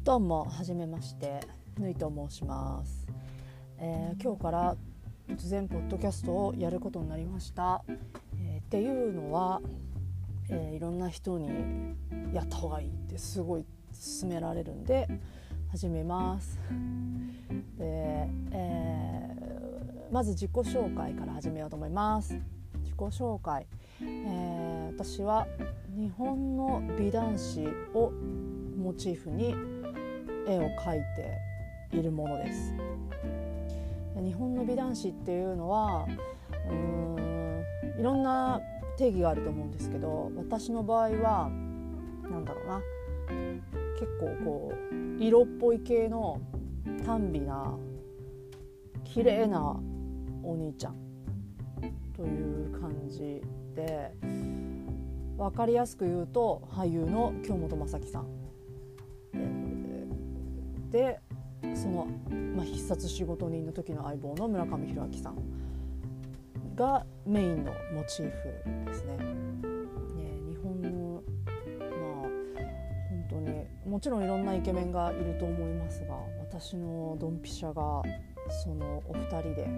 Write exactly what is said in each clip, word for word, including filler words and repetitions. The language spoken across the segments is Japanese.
どうもはじめまして、ぬいと申します、えー、今日から突然ポッドキャストをやることになりました、えー、っていうのは、えー、いろんな人にやった方がいいってすごい勧められるんで始めます。で、えー、まず自己紹介から始めようと思います。自己紹介、えー、私は日本の美男子をモチーフに絵を描いているものです。日本の美男子っていうのはうーんいろんな定義があると思うんですけど、私の場合はなんだろうな結構こう色っぽい系の短美な綺麗なお兄ちゃんという感じで、分かりやすく言うと俳優の京本政樹さん、えー、でその、まあ、必殺仕事人の時の相棒の村上弘明さんがメインのモチーフですね。ね、日本のまあ本当にもちろんいろんなイケメンがいると思いますが、私のドンピシャがそのお二人で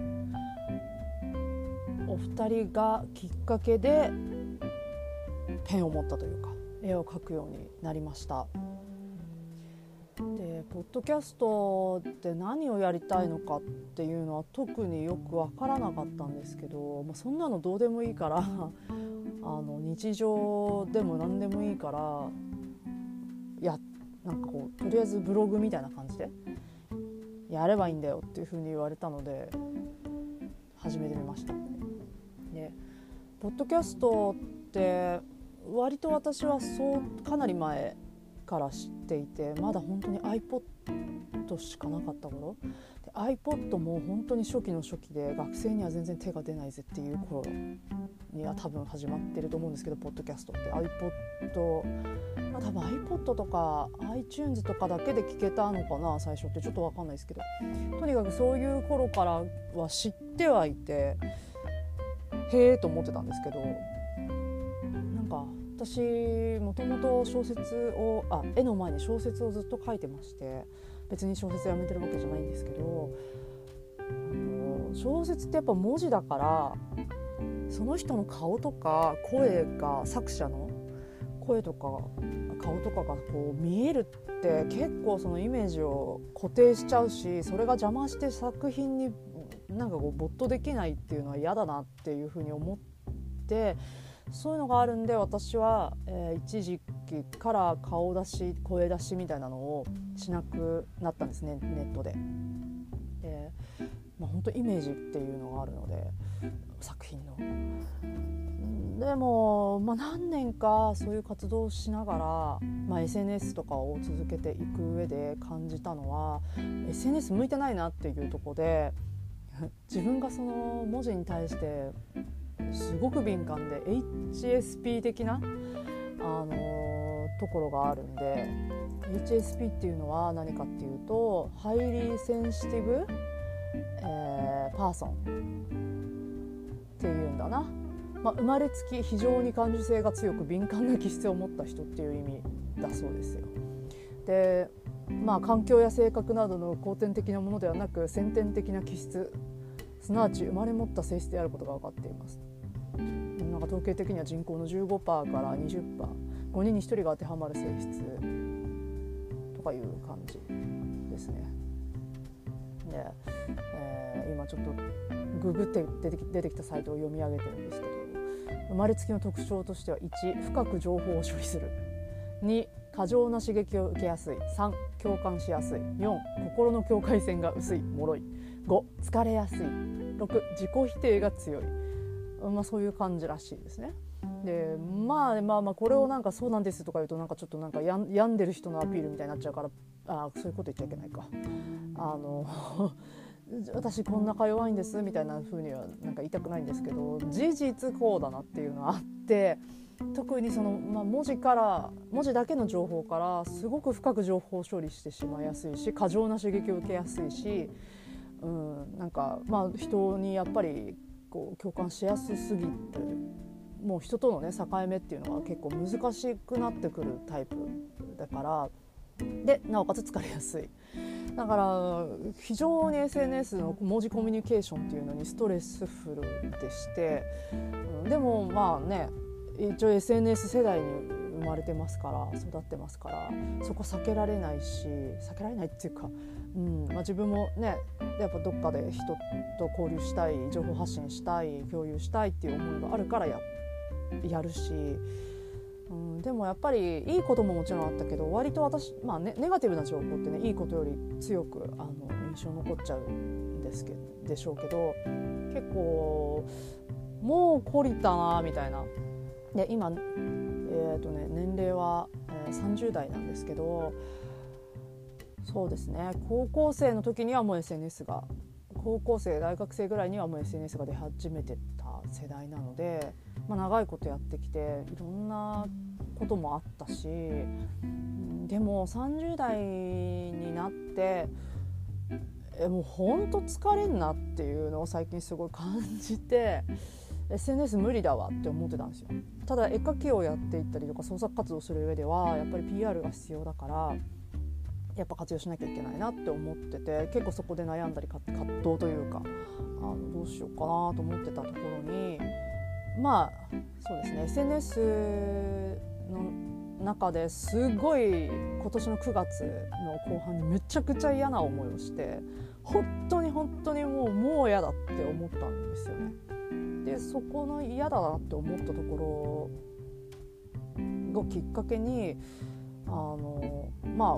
お二人がきっかけでペンを持ったというか絵を描くようになりました。でポッドキャストで何をやりたいのかっていうのは特によく分からなかったんですけど、まあ、そんなのどうでもいいからあの日常でも何でもいいからやなんかこうとりあえずブログみたいな感じでやればいいんだよっていう風に言われたので始めてみました。でポッドキャストって割と私はそうかなり前から知っていて、まだ本当に iPod しかなかった頃で iPod も本当に初期の初期で学生には全然手が出ないぜっていう頃には多分始まってると思うんですけど、ポッドキャストって iPod、まあ、多分 iPod とか iTunes とかだけで聞けたのかな最初って、ちょっと分かんないですけど、とにかくそういう頃からは知ってはいてへーと思ってたんですけど、なんか私もともと小説をあ絵の前に小説をずっと書いてまして、別に小説やめてるわけじゃないんですけど、あの小説ってやっぱ文字だからその人の顔とか声が作者の声とか顔とかがこう見えるって結構そのイメージを固定しちゃうし、それが邪魔して作品になんかこう没頭できないっていうのは嫌だなっていうふうに思って、そういうのがあるんで私は、えー、一時期から顔出し声出しみたいなのをしなくなったんですね、ネットで。で、まあ、本当イメージっていうのがあるので作品のでも、まあ、何年かそういう活動をしながら、まあ、エスエヌエス とかを続けていく上で感じたのは エスエヌエス 向いてないなっていうところで、自分がその文字に対してすごく敏感で エイチエスピー 的な、あのー、ところがあるんで、 エイチエスピー っていうのは何かっていうとハイリーセンシティブ、えー、パーソンっていうんだな、まあ、生まれつき非常に感受性が強く敏感な気質を持った人っていう意味だそうですよ。で、まあ、環境や性格などの後天的なものではなく先天的な気質、すなわち生まれ持った性質であることが分かっています。なんか統計的には人口の じゅうごパーセント から にじゅっパーセント、ごにんにひとりが当てはまる性質とかいう感じですね。で、えー、今ちょっとググって出てき、出てきたサイトを読み上げてるんですけど、生まれつきの特徴としてはいち深く情報を処理する、に過剰な刺激を受けやすい、さん共感しやすい、よん心の境界線が薄い脆い、ご疲れやすい、ろく自己否定が強い、まあ、そういう感じらしいですね。で、まあ、まあまあこれをなんかそうなんですとか言うとなんかちょっとなんかやん病んでる人のアピールみたいになっちゃうから、あそういうこと言っちゃいけないか、あの私こんなか弱いんですみたいな風にはなんか言いたくないんですけど、事実こうだなっていうのはあって、特にその、まあ、文字から文字だけの情報からすごく深く情報処理してしまいやすいし、過剰な刺激を受けやすいし、うん、なんかまあ人にやっぱりこう共感しやすすぎて、もう人とのね境目っていうのは結構難しくなってくるタイプだから、 でなおかつ疲れやすい。だから非常に エスエヌエス の文字コミュニケーションっていうのにストレスフルでして、うん、でもまあね一応 エスエヌエス 世代に生まれてますから育ってますから、そこ避けられないし避けられないっていうか、うんまあ、自分もねやっぱどっかで人と交流したい、情報発信したい、共有したいっていう思いがあるから や, やるし、うん、でもやっぱりいいことももちろんあったけど、割と私、まあね、ネガティブな情報ってねいいことより強くあの印象残っちゃうんですけでしょうけど、結構もう懲りたなみたいな。で今、えーとね、年齢は、えー、さんじゅう代なんですけど、そうですね高校生の時にはもう エスエヌエス が高校生大学生ぐらいにはもう エスエヌエス が出始めてた世代なので、まあ、長いことやってきていろんなこともあったし、でもさんじゅう代になってえもうほんと疲れんなっていうのを最近すごい感じて、 エスエヌエス 無理だわって思ってたんですよ。ただ絵描きをやっていったりとか創作活動する上ではやっぱり ピーアール が必要だからやっぱ活用しなきゃいけないなって思ってて、結構そこで悩んだり葛藤というかあのどうしようかなと思ってたところに、まあそうですね エスエヌエス の中ですごい今年のくがつの後半にめちゃくちゃ嫌な思いをして、本当に本当にもうもう嫌だって思ったんですよね。でそこの嫌だなって思ったところをきっかけにあのまあ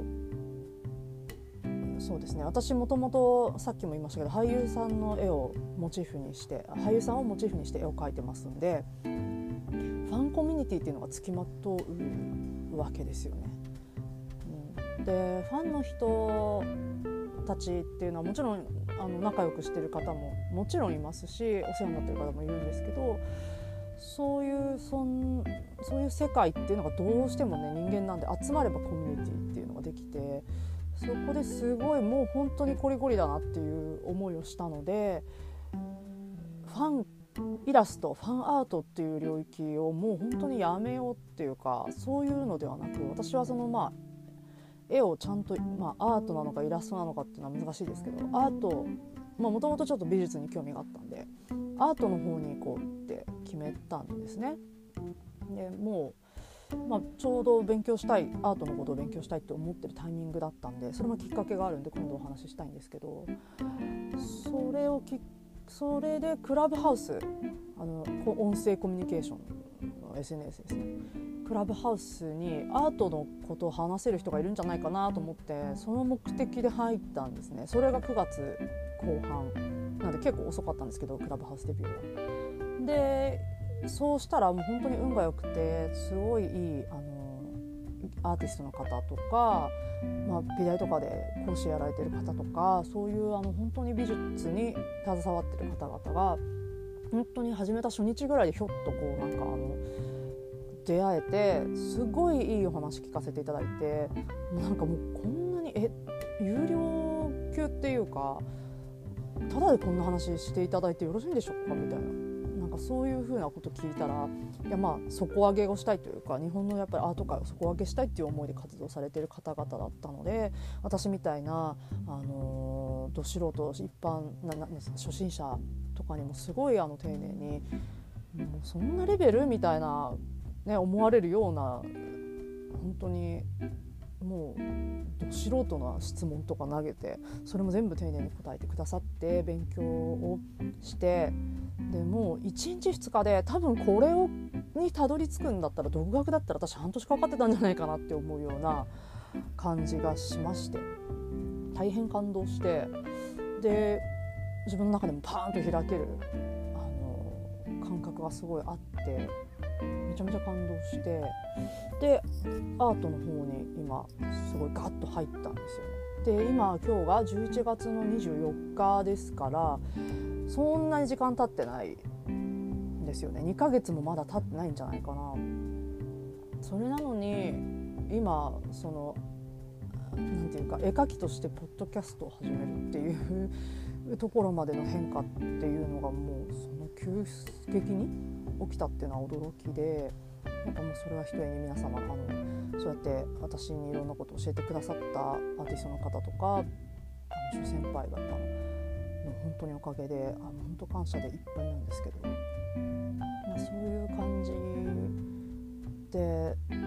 そうですね私もともとさっきも言いましたけど俳優さんの絵をモチーフにして俳優さんをモチーフにして絵を描いてますんで、ファンコミュニティっていうのがつきまとうわけですよね、うん、でファンの人たちっていうのはもちろんあの仲良くしてる方ももちろんいますし、お世話になってる方もいるんですけど、そういうそんそういう世界っていうのがどうしてもね人間なんで集まればコミュニティっていうのができて、そこですごいもう本当にコリコリだなっていう思いをしたので、ファンイラストファンアートっていう領域をもう本当にやめようっていうか、そういうのではなく、私はそのまあ絵をちゃんと、まあ、アートなのかイラストなのかっていうのは難しいですけど、アートもともとちょっと美術に興味があったんでアートの方に行こうって決めたんですね。でもうまあ、ちょうど勉強したいアートのことを勉強したいって思ってるタイミングだったんで、それもきっかけがあるんで今度お話ししたいんですけど、それをきそれでクラブハウス、あの音声コミュニケーションの エスエヌエス ですね、クラブハウスにアートのことを話せる人がいるんじゃないかなと思って、その目的で入ったんですね。それがくがつこう半なので結構遅かったんですけど、クラブハウスデビューは。でそうしたらもう本当に運が良くて、すごいいいあのアーティストの方とか、まあ、美大とかで講師やられてる方とか、そういうあの本当に美術に携わってる方々が本当に始めた初日ぐらいでひょっとこうなんかあの出会えて、すごいいいお話聞かせていただいて、なんかもうこんなにえ有料級っていうか、ただでこんな話していただいてよろしいんでしょうかみたいな。そういう風なこと聞いたら、いやまあ底上げをしたいというか、日本のやっぱりアート界を底上げしたいっていう思いで活動されている方々だったので、私みたいな、あのー、ど素人一般なな初心者とかにもすごいあの丁寧に、もうそんなレベルみたいな、ね、思われるような本当にもうど素人な質問とか投げて、それも全部丁寧に答えてくださって勉強をして、でもういちにちふつかで多分これをにたどり着くんだったら、独学だったら私半年かかってたんじゃないかなって思うような感じがしまして、大変感動して、で自分の中でもパーンと開けるあの感覚がすごいあって、めちゃめちゃ感動して、でアートの方に今すごいガッと入ったんですよね。で今今日がじゅういちがつのにじゅうよっかですから、そんなに時間経ってないんですよね。にかげつもまだ経ってないんじゃないかな。それなのに今そのなんていうか絵描きとしてポッドキャストを始めるっていうところまでの変化っていうのがもうその急激に起きたっていうのは驚きで、 やっぱもうそれはひとえに皆様あのそうやって私にいろんなことを教えてくださったアーティストの方とかあの諸先輩方の本当におかげであの本当感謝でいっぱいなんですけど、まあ、そういう感じで、うん、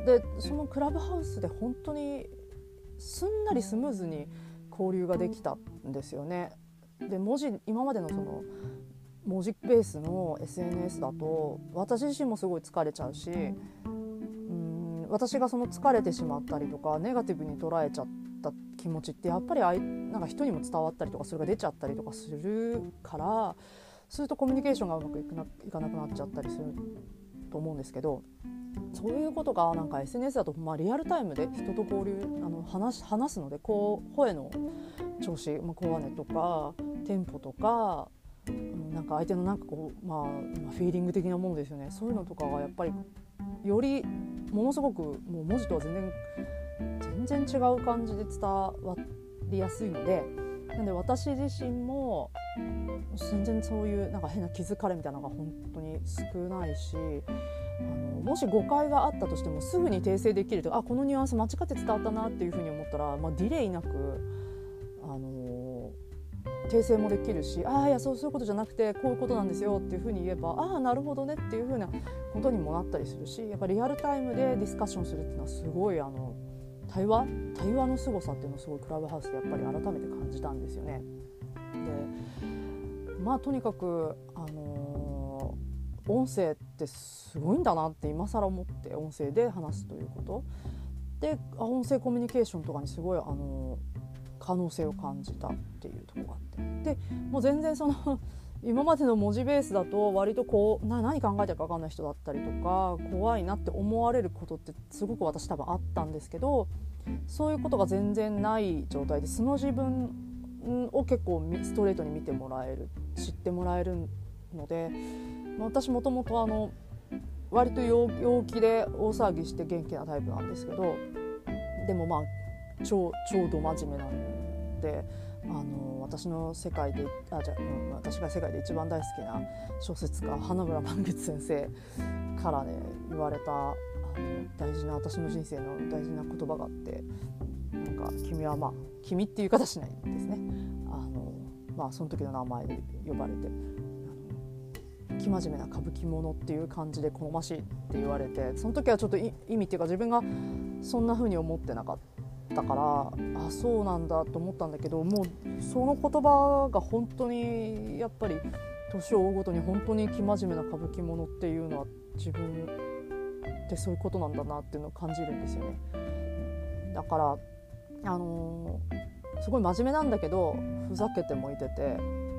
でそのクラブハウスで本当にすんなりスムーズに交流ができたんですよね。で文字今までのその文字ベースの エスエヌエス だと私自身もすごい疲れちゃうし、うん私がその疲れてしまったりとかネガティブに捉えちゃった気持ちってやっぱりあいなんか人にも伝わったりとかそれが出ちゃったりとかするから、そうするとコミュニケーションがうまくいくないかなくなっちゃったりすると思うんですけど、そういうことがなんか エスエヌエス だとまあリアルタイムで人と交流あの 話, 話すのでこう声の調子、まあ、声ねとかテンポとかなんか相手のなんかこう、まあ、フィーリング的なものですよね。そういうのとかがやっぱりよりものすごくもう文字とは全然全然違う感じで伝わりやすいので、なんで私自身も全然そういうなんか変な気づかれみたいなのが本当に少ないし、あのもし誤解があったとしてもすぐに訂正できると、あこのニュアンス間違って伝わったなっていうふうに思ったら、まあ、ディレイなくあの訂正もできるし、ああいやそうそういうことじゃなくてこういうことなんですよっていうふうに言えば、ああなるほどねっていうふうなことにもなったりするし、やっぱりリアルタイムでディスカッションするっていうのはすごいあの対話対話の凄さっていうのをすごいクラブハウスでやっぱり改めて感じたんですよね。でまあとにかくあのー、音声ってすごいんだなって今更思って、音声で話すということで音声コミュニケーションとかにすごいあのー可能性を感じたっていうところがあって、でもう全然その今までの文字ベースだと割とこうな何考えてるか分かんない人だったりとか怖いなって思われることってすごく私多分あったんですけど、そういうことが全然ない状態で素の自分を結構ストレートに見てもらえる知ってもらえるので、私もともとあの割と陽気で大騒ぎして元気なタイプなんですけど、でもまあ超超ど真面目なんで、あの私の世界であじゃ、うん、私が世界で一番大好きな小説家花村満月先生からね言われたあの大事な私の人生の大事な言葉があって、なんか君はまあ君っていう言い方しないんですね。あのまあその時の名前で呼ばれて、あの生真面目な歌舞伎者っていう感じで好ましいって言われて、その時はちょっと意味っていうか自分がそんな風に思ってなかっただからあそうなんだと思ったんだけど、もうその言葉が本当にやっぱり年を追うごとに本当に生真面目な歌舞伎者っていうのは自分ってそういうことなんだなっていうのを感じるんですよね。だからあのー、すごい真面目なんだけどふざけてもいてて、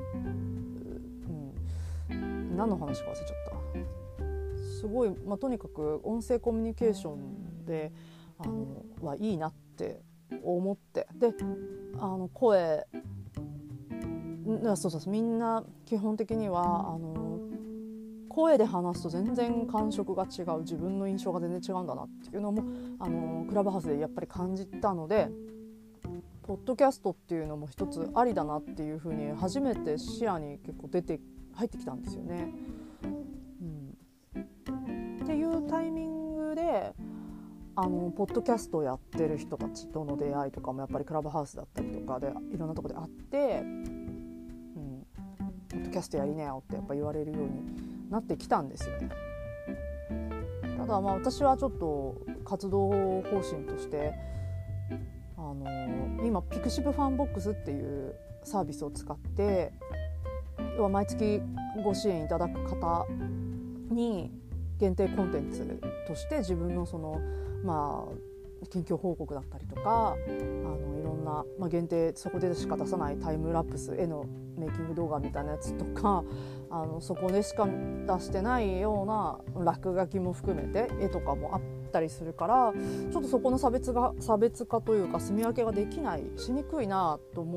うん、何の話か忘れちゃった。すごい、まあ、とにかく音声コミュニケーションであのはいいなって思って、であの声そうそうそうみんな基本的にはあの声で話すと全然感触が違う、自分の印象が全然違うんだなっていうのもあのクラブハウスでやっぱり感じたので、ポッドキャストっていうのも一つありだなっていうふうに初めて視野に結構出て入ってきたんですよね、うん、っていうタイミングであのポッドキャストをやってる人たちとの出会いとかもやっぱりクラブハウスだったりとかでいろんなところであって、うん、ポッドキャストやりなよってやっぱ言われるようになってきたんですよね。ただまあ私はちょっと活動方針としてあの今ピクシブファンボックスっていうサービスを使って、要は毎月ご支援いただく方に限定コンテンツとして自分のそのまあ近況報告だったりとか、あのいろんな、まあ、限定そこでしか出さないタイムラプス絵のメイキング動画みたいなやつとか、あのそこでしか出してないような落書きも含めて絵とかもあったりするから、ちょっとそこの差別が差別化というか住み分けができないしにくいなと思って、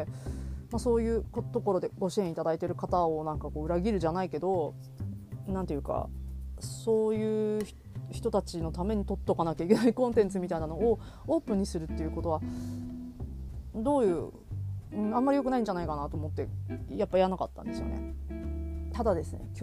まあ、そういうところでご支援いただいている方をなんかこう裏切るじゃないけど、なんていうかそういう人たちのために撮っとかなきゃいけないコンテンツみたいなのをオープンにするっていうことはどういう、うん、あんまり良くないんじゃないかなと思ってやっぱやらなかったんですよね。ただですね、今日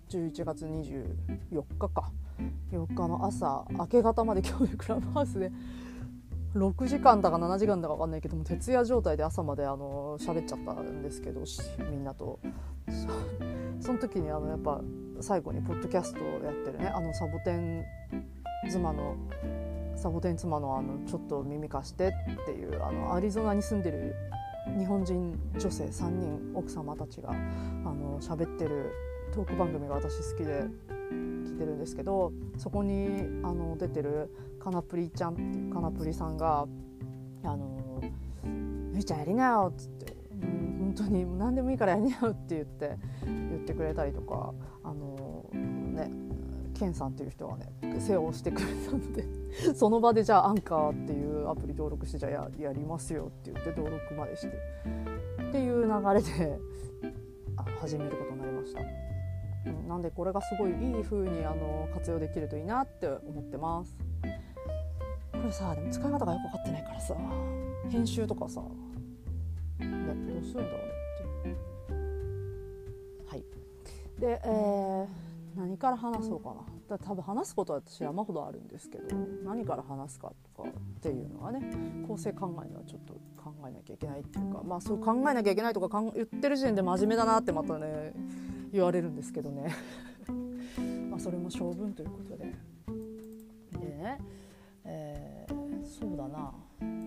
じゅういちがつにじゅうよっかかよっかの朝明け方まで今日クラブハウスでろくじかんだかななじかんだか分かんないけども徹夜状態で朝まであの喋っちゃったんですけどみんなと そ, その時にあのやっぱ最後にポッドキャストをやってるねあのサボテン妻のサボテン妻のあのちょっと耳貸してっていうあのアリゾナに住んでる日本人女性さんにん奥様たちがあの喋ってるトーク番組が私好きで聞いてるんですけどそこにあの出てるカナプリちゃんっていうカナプリさんがあのゆいちゃんやりなよっつって、うん、本当に何でもいいからやりなよって言って言ってくれたりとかあのねケンさんっていう人がね世話をしてくれたのでその場でじゃあアンカーっていうアプリ登録してじゃあ や, やりますよって言って登録までしてっていう流れで始めることになりました。なんでこれがすごいいい風にあの活用できるといいなって思ってます。これさでも使い方がよく分かってないからさ編集とかさ、ね、どうするんだろうねっていう。はいで、えー、何から話そうかな。だ多分話すことは私山ほどあるんですけど何から話すかとかっていうのはね構成考えるのはちょっと考えなきゃいけないっていうかまあそう考えなきゃいけないとかかん言ってる時点で真面目だなってまたね言われるんですけどねまあそれも性分ということででね、えー、そうだな、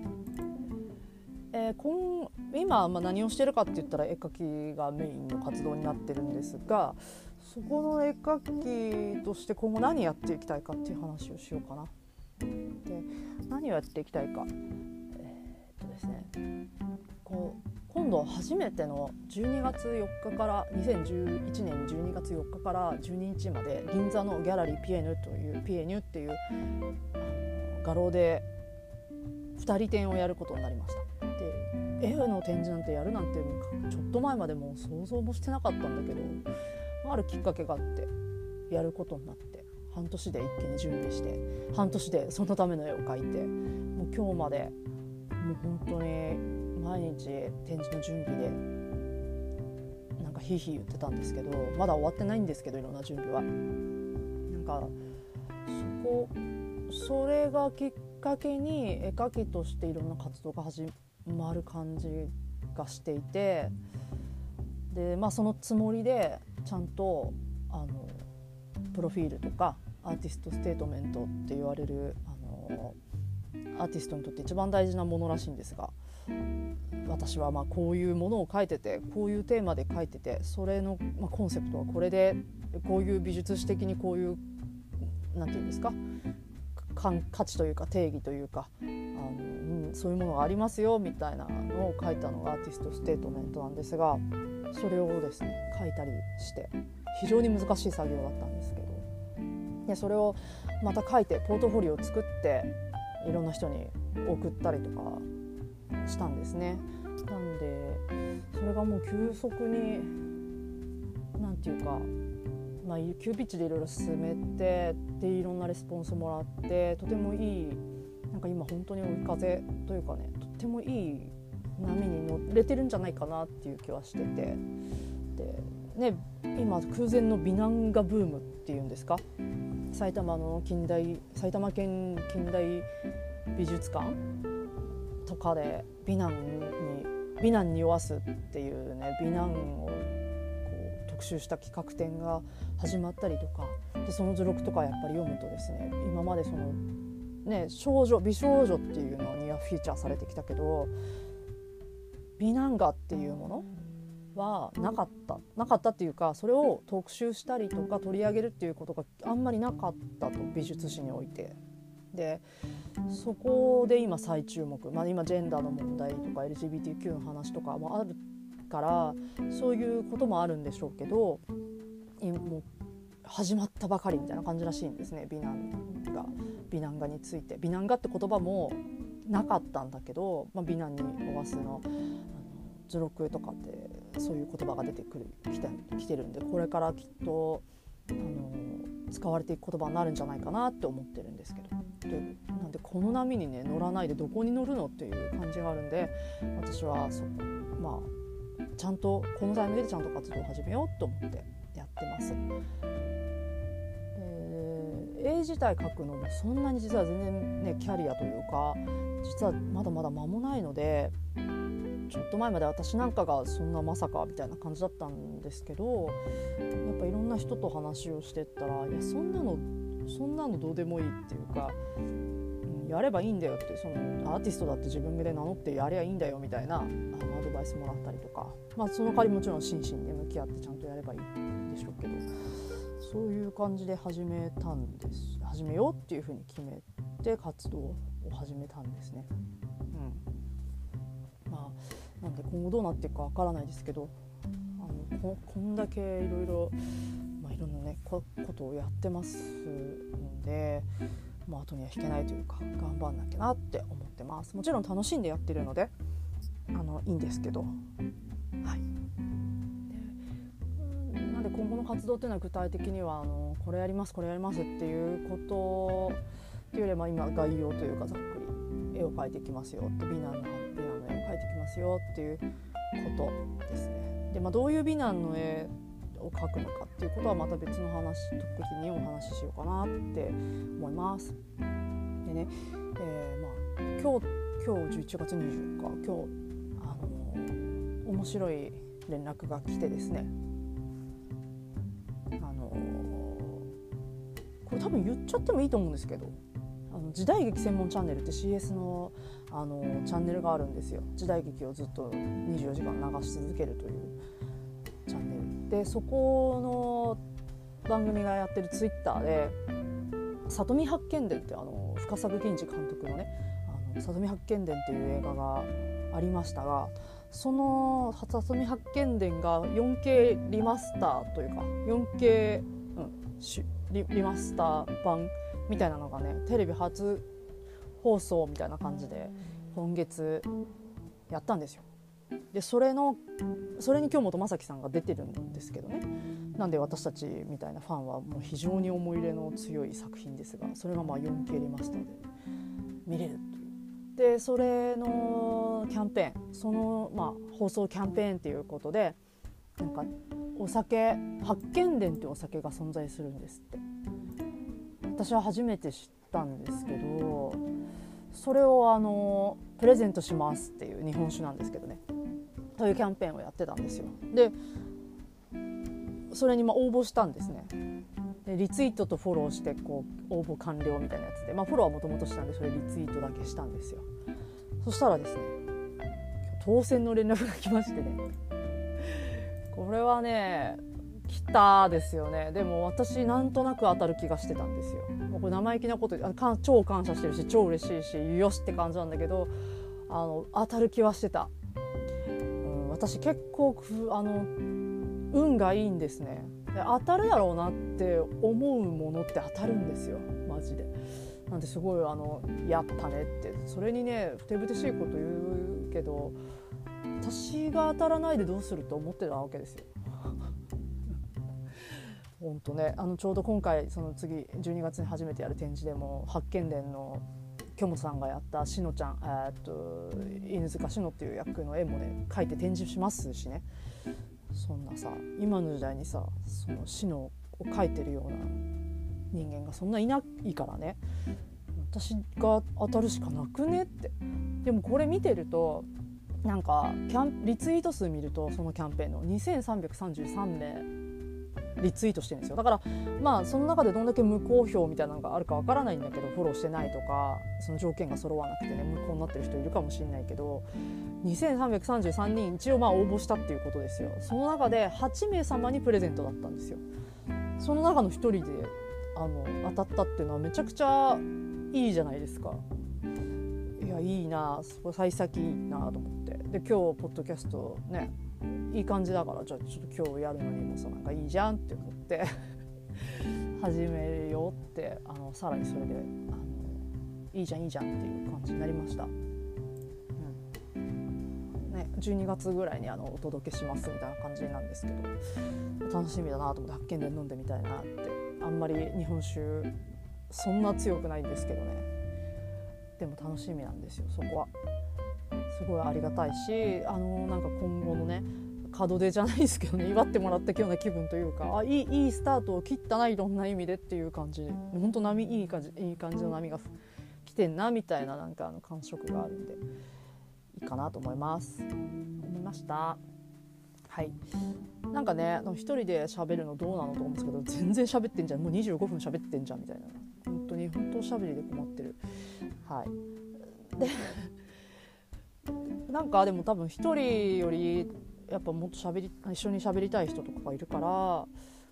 えー、今, 今、まあ、何をしてるかって言ったら絵描きがメインの活動になってるんですがそこの絵描きとして今後何やっていきたいかっていう話をしようかな。で何をやっていきたいか、えー、っとですねこう今度初めてのじゅうにがつよっかからにせんじゅういちねんじゅうにがつよっかからじゅうににちまで銀座のギャラリーピエヌというピエニュっていうあの画廊でふたり展をやることになりました。で絵の展示なんてやるなんてちょっと前までもう想像もしてなかったんだけどあるきっかけがあってやることになって半年で一気に準備して半年でそのための絵を描いてもう今日までもう本当に毎日展示の準備でなんかヒーヒー言ってたんですけどまだ終わってないんですけどいろんな準備はなんかそこそれがきっかけに絵描きとしていろんな活動が始まる感じがしていてで、まあ、そのつもりでちゃんとあのプロフィールとかアーティストステートメントって言われるあのアーティストにとって一番大事なものらしいんですが私はまあこういうものを書いててこういうテーマで書いててそれのまあコンセプトはこれでこういう美術史的にこういうなんていうんですか価値というか定義というかあの、うん、そういうものがありますよみたいなのを書いたのがアーティストステートメントなんですがそれをですね書いたりして非常に難しい作業だったんですけどでそれをまた書いてポートフォリオを作っていろんな人に送ったりとかしたんですね。なんでそれがもう急速になんていうか、まあ、急ピッチでいろいろ進めてでいろんなレスポンスもらってとてもいいなんか今本当に追い風というかねとってもいい波に乗れてるんじゃないかなっていう気はしててで、ね、今空前の美男画ブームっていうんですか埼玉の近代埼玉県近代美術館とかで美男に美男に酔わすっていうね美男をこう特集した企画展が始まったりとかでその図録とかやっぱり読むとですね今までそのね少女美少女っていうのにはフィーチャーされてきたけど美男画っていうものはなかったなかったっていうかそれを特集したりとか取り上げるっていうことがあんまりなかったと美術史においてでそこで今再注目、まあ、今ジェンダーの問題とか エルジービーティーキュー の話とかもあるからそういうこともあるんでしょうけどもう始まったばかりみたいな感じらしいんですね。美男画美男画について美男画って言葉もなかったんだけど、まあ、美男におわすの図録とかってそういう言葉が出てくるきて、きてるんでこれからきっとあの使われていく言葉になるんじゃないかなって思ってるんですけどでなんでこの波にね乗らないでどこに乗るのっていう感じがあるんで私はそまあちゃんとこのタイミングでちゃんと活動を始めようと思ってやってます。 自体書くのもそんなに実は全然ねキャリアというか実はまだまだ間もないので、ちょっと前まで私なんかがそんなまさかみたいな感じだったんですけど、やっぱいろんな人と話をしてったら、いやそんなのそんなのどうでもいいっていうか、うん、やればいいんだよって、そのアーティストだって自分で名乗ってやりゃいいんだよみたいなあのアドバイスもらったりとか、まあ、その代わりもちろん真摯に向き合ってちゃんとやればいいんでしょうけど、そういう感じで始めたんです。始めようっていうふうに決めて活動を始めたんですね。うん、まあなんで今後どうなっていくかわからないですけど、あの こ, こんだけいろいろまあいろんなね こ, ことをやってますので、まあ後には引けないというか頑張んなきゃなって思ってます。もちろん楽しんでやってるのであのいいんですけど、はい。でなんで今後の活動っていうのは具体的にはあのこれやりますこれやりますっていうことっていうよりは、まあ今概要というかざっくり絵を描いていきますよって、美難の美難の絵を描いていきますよっていうことですね。で、まあ、どういう美難の絵を描くのかっていうことはまた別の話時にお話ししようかなって思います。でね、えー、まあ今日今日じゅういちがつにじゅうよっか、今日あのー、面白い連絡が来てですね、あのー、これ多分言っちゃってもいいと思うんですけど、あの時代劇専門チャンネルって シーエス の、あのー、チャンネルがあるんですよ。時代劇をずっとにじゅうよじかん流し続けるというチャンネルで、そこの番組がやってるツイッターで里見八犬伝って、あの深作欣二監督のね、あの里見八犬伝っていう映画がありましたが、その里見八犬伝が よんケー リマスターというか よんケー、うん、リ, リマスター版みたいなのがねテレビ初放送みたいな感じで今月やったんですよ。でそれのそれに京本政樹さんが出てるんですけどね、なんで私たちみたいなファンはもう非常に思い入れの強い作品ですが、それがまあ よんケー リマスターで見れるという。でそれのキャンペーン、そのまあ放送キャンペーンっていうことで、なんかお酒八犬伝っていうお酒が存在するんですって。私は初めて知ったんですけど、それをあのプレゼントしますっていう日本酒なんですけどね、というキャンペーンをやってたんですよ。でそれにまあ応募したんですね。でリツイートとフォローしてこう応募完了みたいなやつで、まあ、フォローはもともとしたんでそれリツイートだけしたんですよ。そしたらですね、当選の連絡が来ましてね、これはね来たですよね。でも私なんとなく当たる気がしてたんですよ。もうこれ生意気なことあか超感謝してるし超嬉しいしよしって感じなんだけど、あの当たる気はしてた。うん、私結構あの運がいいんですね。で当たるだろうなって思うものって当たるんですよマジで。なんですごいあのやったねって、それにねふてぶてしいこと言うけど私が当たらないでどうすると思ってたわけですよ。本当ね、あのちょうど今回その次じゅうにがつに初めてやる展示でも八犬伝の京本さんがやったしのちゃん、えー、っと犬塚しのっていう役の絵もね描いて展示しますしね。そんなさ今の時代にさそのしのを描いてるような人間がそんないないからね、私が当たるしかなくねって。でもこれ見てるとなんかキャンリツイート数見るとそのキャンペーンのにせんさんびゃくさんじゅうさんめいリツイートしてるんですよ。だからまあその中でどんだけ無効票みたいなのがあるかわからないんだけど、フォローしてないとかその条件が揃わなくてね無効になってる人いるかもしれないけど、にせんさんびゃくさんじゅうさんにん一応まあ応募したっていうことですよ。その中ではちめいさまにプレゼントだったんですよ。その中のひとりであの当たったっていうのはめちゃくちゃいいじゃないですか。いやいいな、そこ幸先いいなと思って、で今日ポッドキャストねいい感じだから、じゃあちょっと今日やるのにもさなんかいいじゃんって思って始めるよって、あのさらにそれであのいいじゃんいいじゃんっていう感じになりました。うんね、じゅうにがつぐらいにあのお届けしますみたいな感じなんですけど、楽しみだなと思って発見で飲んでみたいなって。あんまり日本酒そんな強くないんですけどね、でも楽しみなんですよそこは。すごいありがたいし、あのなんか今後のね門出じゃないですけどね、祝ってもらったような気分というか、あいいいいスタートを切ったな、いろんな意味でっていう感じ、本当波いい感じいい感じの波が来てんなみたいな、なんかあの感触があるんでいいかなと思います思いました。はい、なんかね一人で喋るのどうなのと思うんですけど、全然喋ってんじゃん、もうにじゅうごふん喋ってんじゃんみたいな、本当に本当喋りで困ってる。はいでなんかでも多分一人よりやっぱもっと喋り一緒に喋りたい人とかがいるから、あの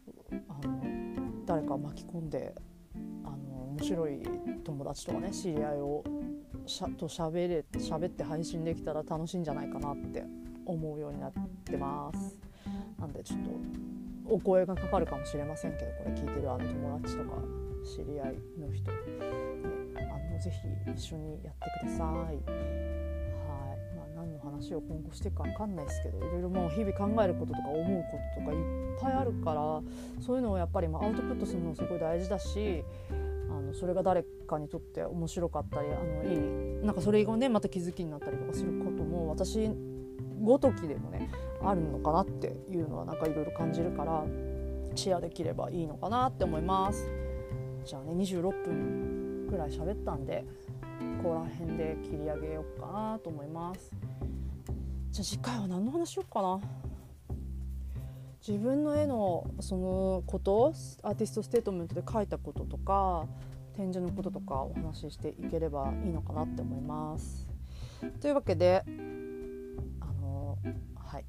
誰か巻き込んで、あの面白い友達とかね、知り合いをしゃと喋れ喋って配信できたら楽しいんじゃないかなって思うようになってます。なんでちょっとお声がかかるかもしれませんけど、これ聞いてるあの友達とか知り合いの人、ね、あのぜひ一緒にやってください。はい、まあ、何の話を今後していくか分かんないですけど、いろいろもう日々考えることとか思うこととかいっぱいあるから、そういうのをやっぱりまあアウトプットするのすごい大事だし、あのそれが誰かにとって面白かったり、あのいいなんかそれがねまた気づきになったりとかすることも私ごときでもねあるのかなっていうのはなんかいろいろ感じるから、シェアできればいいのかなって思います。じゃあねにじゅうろっぷんくらい喋ったんで、ここら辺で切り上げようかなと思います。じゃあ次回は何の話しようかな。自分の絵のそのことアーティストステートメントで書いたこととか展示のこととかお話ししていければいいのかなって思います。というわけであのはい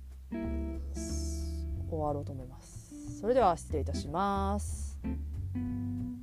終わろうと思います。それでは失礼いたします。